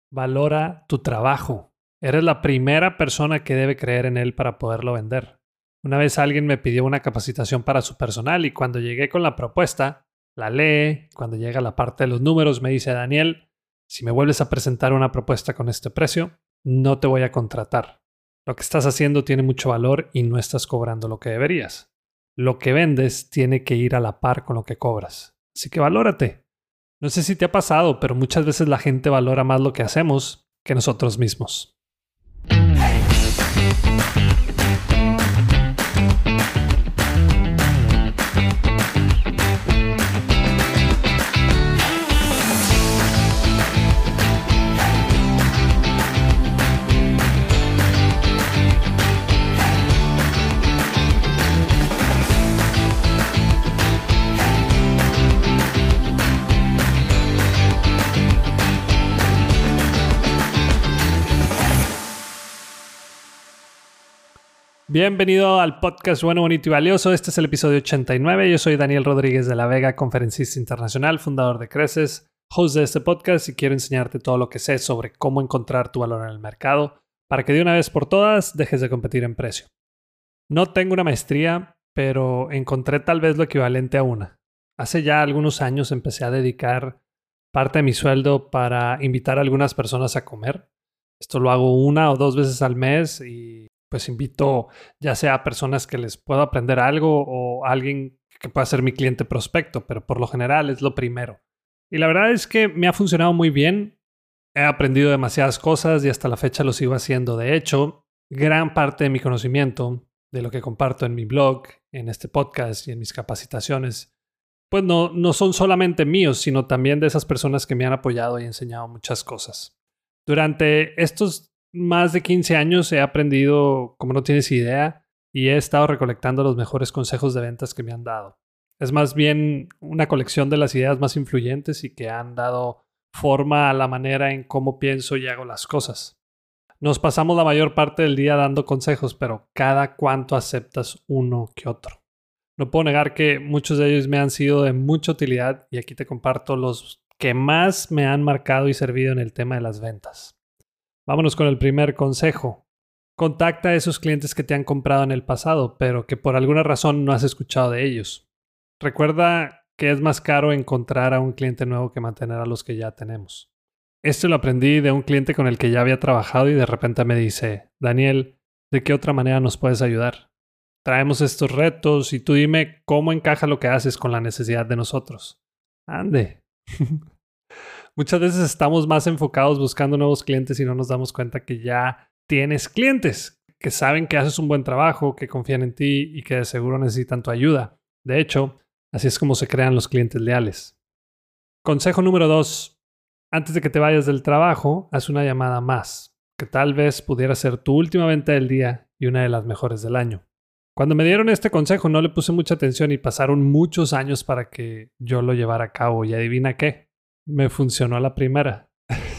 Valora tu trabajo. Eres la primera persona que debe creer en él para poderlo vender. Una vez alguien me pidió una capacitación para su personal y cuando llegué con la propuesta, la lee. Cuando llega la parte de los números me dice: Daniel, si me vuelves a presentar una propuesta con este precio, no te voy a contratar. Lo que estás haciendo tiene mucho valor y no estás cobrando lo que deberías. Lo que vendes tiene que ir a la par con lo que cobras. Así que valórate. No sé si te ha pasado, pero muchas veces la gente valora más lo que hacemos que nosotros mismos. Bienvenido al podcast Bueno, Bonito y Valioso. Este es el episodio 89. Yo soy Daniel Rodríguez de la Vega, conferencista internacional, fundador de Creces, host de este podcast y quiero enseñarte todo lo que sé sobre cómo encontrar tu valor en el mercado para que de una vez por todas dejes de competir en precio. No tengo una maestría, pero encontré tal vez lo equivalente a una. Hace ya algunos años empecé a dedicar parte de mi sueldo para invitar a algunas personas a comer. Esto lo hago 1 o 2 veces al mes y pues invito ya sea a personas que les puedo aprender algo o a alguien que pueda ser mi cliente prospecto, pero por lo general es lo primero. Y la verdad es que me ha funcionado muy bien. He aprendido demasiadas cosas y hasta la fecha lo sigo haciendo. De hecho, gran parte de mi conocimiento, de lo que comparto en mi blog, en este podcast y en mis capacitaciones, pues no son solamente míos, sino también de esas personas que me han apoyado y enseñado muchas cosas. Durante estos más de 15 años he aprendido como no tienes idea y he estado recolectando los mejores consejos de ventas que me han dado. Es más bien una colección de las ideas más influyentes y que han dado forma a la manera en cómo pienso y hago las cosas. Nos pasamos la mayor parte del día dando consejos, pero cada cuánto aceptas uno que otro. No puedo negar que muchos de ellos me han sido de mucha utilidad y aquí te comparto los que más me han marcado y servido en el tema de las ventas. Vámonos con el primer consejo. Contacta a esos clientes que te han comprado en el pasado, pero que por alguna razón no has escuchado de ellos. Recuerda que es más caro encontrar a un cliente nuevo que mantener a los que ya tenemos. Esto lo aprendí de un cliente con el que ya había trabajado y de repente me dice: Daniel, ¿de qué otra manera nos puedes ayudar? Traemos estos retos y tú dime cómo encaja lo que haces con la necesidad de nosotros. Ande. Muchas veces estamos más enfocados buscando nuevos clientes y no nos damos cuenta que ya tienes clientes que saben que haces un buen trabajo, que confían en ti y que de seguro necesitan tu ayuda. De hecho, así es como se crean los clientes leales. Consejo número 2. Antes de que te vayas del trabajo, haz una llamada más, que tal vez pudiera ser tu última venta del día y una de las mejores del año. Cuando me dieron este consejo no le puse mucha atención y pasaron muchos años para que yo lo llevara a cabo. Y adivina qué. Me funcionó a la primera.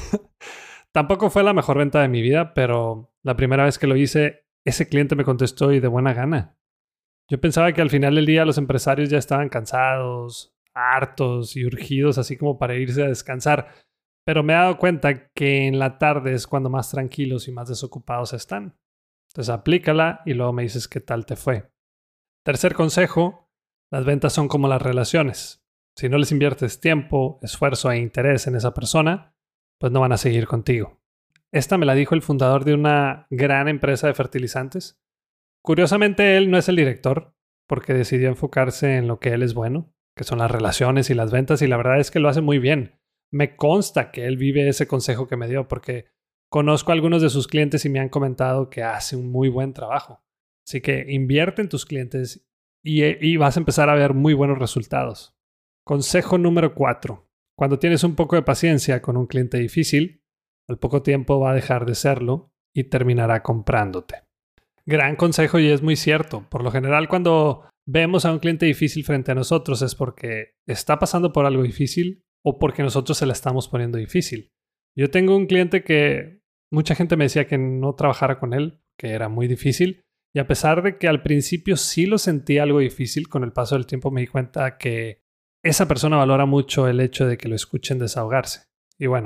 Tampoco fue la mejor venta de mi vida, pero la primera vez que lo hice, ese cliente me contestó y de buena gana. Yo pensaba que al final del día los empresarios ya estaban cansados, hartos y urgidos, así como para irse a descansar. Pero me he dado cuenta que en la tarde es cuando más tranquilos y más desocupados están. Entonces aplícala y luego me dices qué tal te fue. Tercer consejo, las ventas son como las relaciones. Si no les inviertes tiempo, esfuerzo e interés en esa persona, pues no van a seguir contigo. Esta me la dijo el fundador de una gran empresa de fertilizantes. Curiosamente, él no es el director, porque decidió enfocarse en lo que él es bueno, que son las relaciones y las ventas, y la verdad es que lo hace muy bien. Me consta que él vive ese consejo que me dio, porque conozco a algunos de sus clientes y me han comentado que hace un muy buen trabajo. Así que invierte en tus clientes y vas a empezar a ver muy buenos resultados. Consejo número 4. Cuando tienes un poco de paciencia con un cliente difícil, al poco tiempo va a dejar de serlo y terminará comprándote. Gran consejo y es muy cierto. Por lo general, cuando vemos a un cliente difícil frente a nosotros es porque está pasando por algo difícil o porque nosotros se la estamos poniendo difícil. Yo tengo un cliente que mucha gente me decía que no trabajara con él, que era muy difícil. Y a pesar de que al principio sí lo sentía algo difícil, con el paso del tiempo me di cuenta que esa persona valora mucho el hecho de que lo escuchen desahogarse. Y bueno,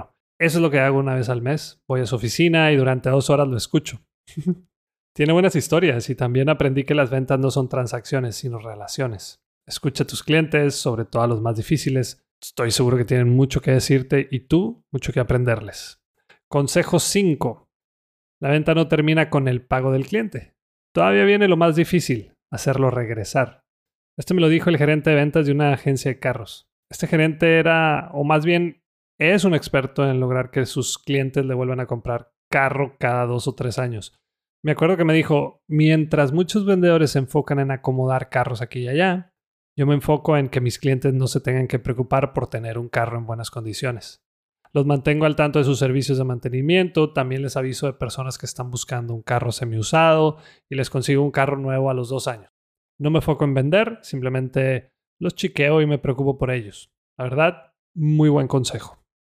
Eso es lo que hago una vez al mes. Voy a su oficina y durante 2 horas lo escucho. Tiene buenas historias y también aprendí que las ventas no son transacciones, sino relaciones. Escucha a tus clientes, sobre todo a los más difíciles. Estoy seguro que tienen mucho que decirte y tú mucho que aprenderles. Consejo 5. La venta no termina con el pago del cliente. Todavía viene lo más difícil, hacerlo regresar. Esto me lo dijo el gerente de ventas de una agencia de carros. Este gerente era, o más bien es un experto en lograr que sus clientes le vuelvan a comprar carro cada 2 o 3 años. Me acuerdo que me dijo, mientras muchos vendedores se enfocan en acomodar carros aquí y allá, yo me enfoco en que mis clientes no se tengan que preocupar por tener un carro en buenas condiciones. Los mantengo al tanto de sus servicios de mantenimiento, también les aviso de personas que están buscando un carro semiusado y les consigo un carro nuevo a los 2 años. No me enfoco en vender, simplemente los chiqueo y me preocupo por ellos. La verdad, muy buen consejo.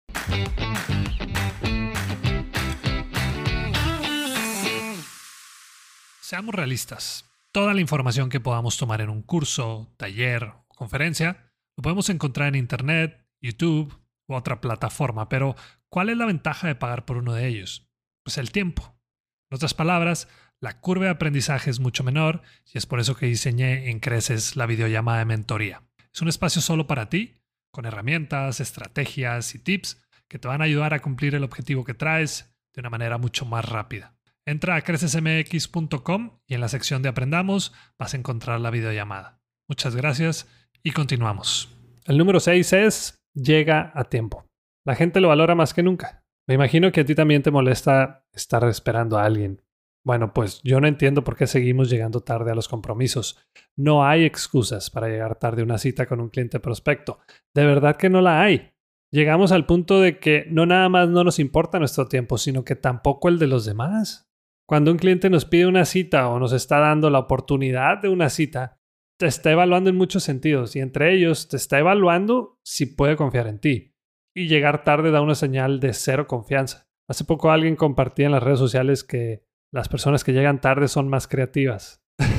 Seamos realistas. Toda la información que podamos tomar en un curso, taller o conferencia lo podemos encontrar en Internet, YouTube u otra plataforma, pero ¿cuál es la ventaja de pagar por uno de ellos? Pues el tiempo. En otras palabras, la curva de aprendizaje es mucho menor y es por eso que diseñé en Creces la videollamada de mentoría. Es un espacio solo para ti, con herramientas, estrategias y tips que te van a ayudar a cumplir el objetivo que traes de una manera mucho más rápida. Entra a crecesmx.com y en la sección de Aprendamos vas a encontrar la videollamada. Muchas gracias y continuamos. El número 6 es llega a tiempo. La gente lo valora más que nunca. Me imagino que a ti también te molesta estar esperando a alguien. Bueno, pues yo no entiendo por qué seguimos llegando tarde a los compromisos. No hay excusas para llegar tarde a una cita con un cliente prospecto. De verdad que no la hay. Llegamos al punto de que no nada más no nos importa nuestro tiempo, sino que tampoco el de los demás. Cuando un cliente nos pide una cita o nos está dando la oportunidad de una cita, te está evaluando en muchos sentidos y entre ellos te está evaluando si puede confiar en ti. Y llegar tarde da una señal de cero confianza. Hace poco alguien compartía en las redes sociales que las personas que llegan tarde son más creativas.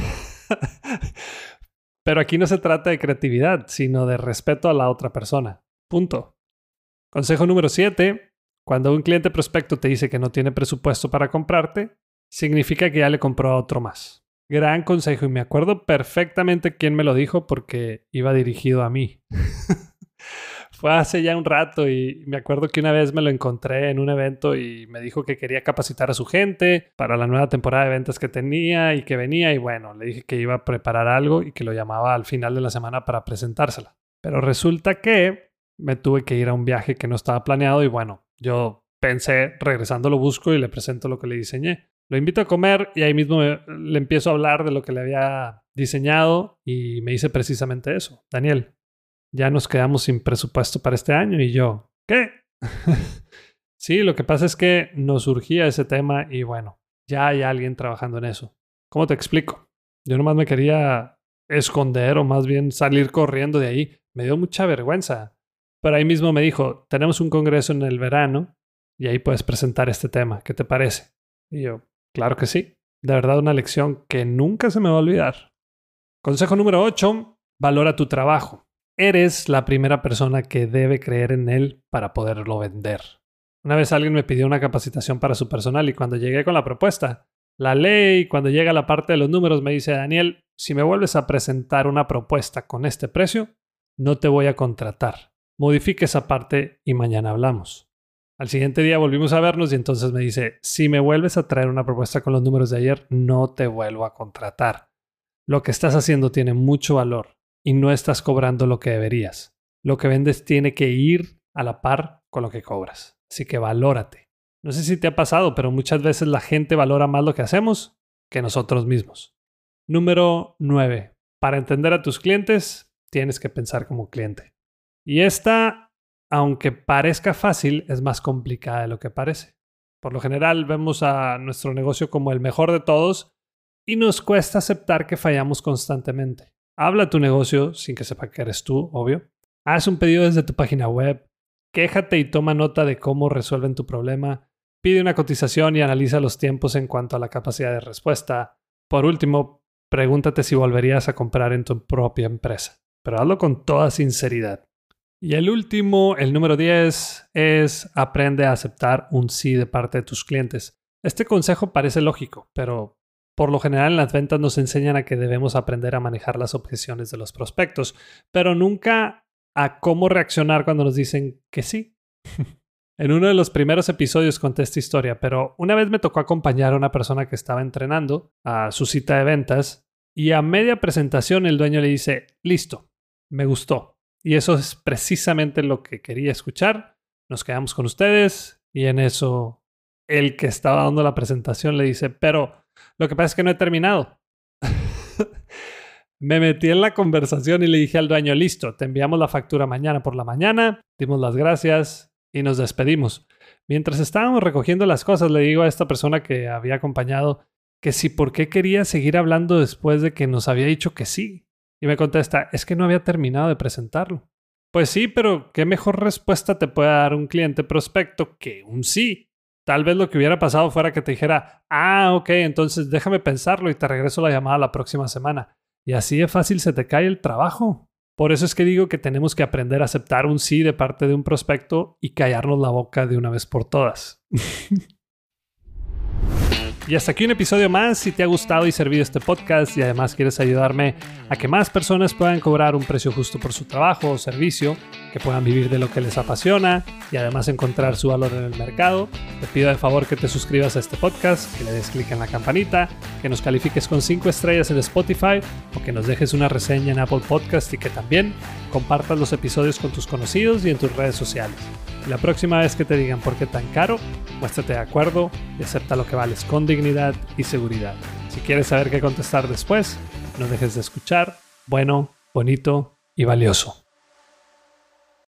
Pero aquí no se trata de creatividad, sino de respeto a la otra persona. Punto. Consejo número 7. Cuando un cliente prospecto te dice que no tiene presupuesto para comprarte, significa que ya le compró a otro más. Gran consejo y me acuerdo perfectamente quién me lo dijo porque iba dirigido a mí. Fue hace ya un rato y me acuerdo que una vez me lo encontré en un evento y me dijo que quería capacitar a su gente para la nueva temporada de ventas que tenía y que venía y bueno, le dije que iba a preparar algo y que lo llamaba al final de la semana para presentársela. Pero resulta que me tuve que ir a un viaje que no estaba planeado y bueno, yo pensé, regresando lo busco y le presento lo que le diseñé. Lo invito a comer y ahí mismo le empiezo a hablar de lo que le había diseñado y me dice precisamente eso. Daniel, ya nos quedamos sin presupuesto para este año y yo, ¿qué? Sí, lo que pasa es que nos surgía ese tema y bueno, ya hay alguien trabajando en eso. ¿Cómo te explico? Yo nomás me quería esconder o más bien salir corriendo de ahí. Me dio mucha vergüenza. Pero ahí mismo me dijo, tenemos un congreso en el verano y ahí puedes presentar este tema. ¿Qué te parece? Y yo, claro que sí. De verdad una lección que nunca se me va a olvidar. Consejo número 8. Valora tu trabajo. Eres la primera persona que debe creer en él para poderlo vender. Una vez alguien me pidió una capacitación para su personal y cuando llegué con la propuesta, la leí y cuando llega la parte de los números me dice, Daniel, si me vuelves a presentar una propuesta con este precio, no te voy a contratar. Modifique esa parte y mañana hablamos. Al siguiente día volvimos a vernos y entonces me dice, si me vuelves a traer una propuesta con los números de ayer, no te vuelvo a contratar. Lo que estás haciendo tiene mucho valor y no estás cobrando lo que deberías. Lo que vendes tiene que ir a la par con lo que cobras. Así que valórate. No sé si te ha pasado, pero muchas veces la gente valora más lo que hacemos que nosotros mismos. Número 9. Para entender a tus clientes, tienes que pensar como cliente. Y esta, aunque parezca fácil, es más complicada de lo que parece. Por lo general, vemos a nuestro negocio como el mejor de todos y nos cuesta aceptar que fallamos constantemente. Habla tu negocio sin que sepa que eres tú, obvio. Haz un pedido desde tu página web. Quéjate y toma nota de cómo resuelven tu problema. Pide una cotización y analiza los tiempos en cuanto a la capacidad de respuesta. Por último, pregúntate si volverías a comprar en tu propia empresa. Pero hazlo con toda sinceridad. Y el último, el número 10, es aprende a aceptar un sí de parte de tus clientes. Este consejo parece lógico, pero por lo general en las ventas nos enseñan a que debemos aprender a manejar las objeciones de los prospectos, pero nunca a cómo reaccionar cuando nos dicen que sí. En uno de los primeros episodios conté esta historia, pero una vez me tocó acompañar a una persona que estaba entrenando a su cita de ventas y a media presentación el dueño le dice, listo, me gustó. Y eso es precisamente lo que quería escuchar. Nos quedamos con ustedes y en eso el que estaba dando la presentación le dice, pero lo que pasa es que no he terminado. Me metí en la conversación y le dije al dueño, listo, te enviamos la factura mañana por la mañana, dimos las gracias y nos despedimos. Mientras estábamos recogiendo las cosas, le digo a esta persona que había acompañado que si por qué quería seguir hablando después de que nos había dicho que sí. Y me contesta, es que no había terminado de presentarlo. Pues sí, pero ¿qué mejor respuesta te puede dar un cliente prospecto que un sí? Tal vez lo que hubiera pasado fuera que te dijera, ok, entonces déjame pensarlo y te regreso la llamada la próxima semana. Y así de fácil se te cae el trabajo. Por eso es que digo que tenemos que aprender a aceptar un sí de parte de un prospecto y callarnos la boca de una vez por todas. Y hasta aquí un episodio más. Si te ha gustado y servido este podcast y además quieres ayudarme a que más personas puedan cobrar un precio justo por su trabajo o servicio, que puedan vivir de lo que les apasiona y además encontrar su valor en el mercado, te pido de favor que te suscribas a este podcast, que le des clic en la campanita, que nos califiques con 5 estrellas en Spotify o que nos dejes una reseña en Apple Podcast y que también compartas los episodios con tus conocidos y en tus redes sociales. Y la próxima vez que te digan por qué tan caro, muéstrate de acuerdo y acepta lo que vales con dignidad y seguridad. Si quieres saber qué contestar después, no dejes de escuchar. Bueno, bonito y valioso.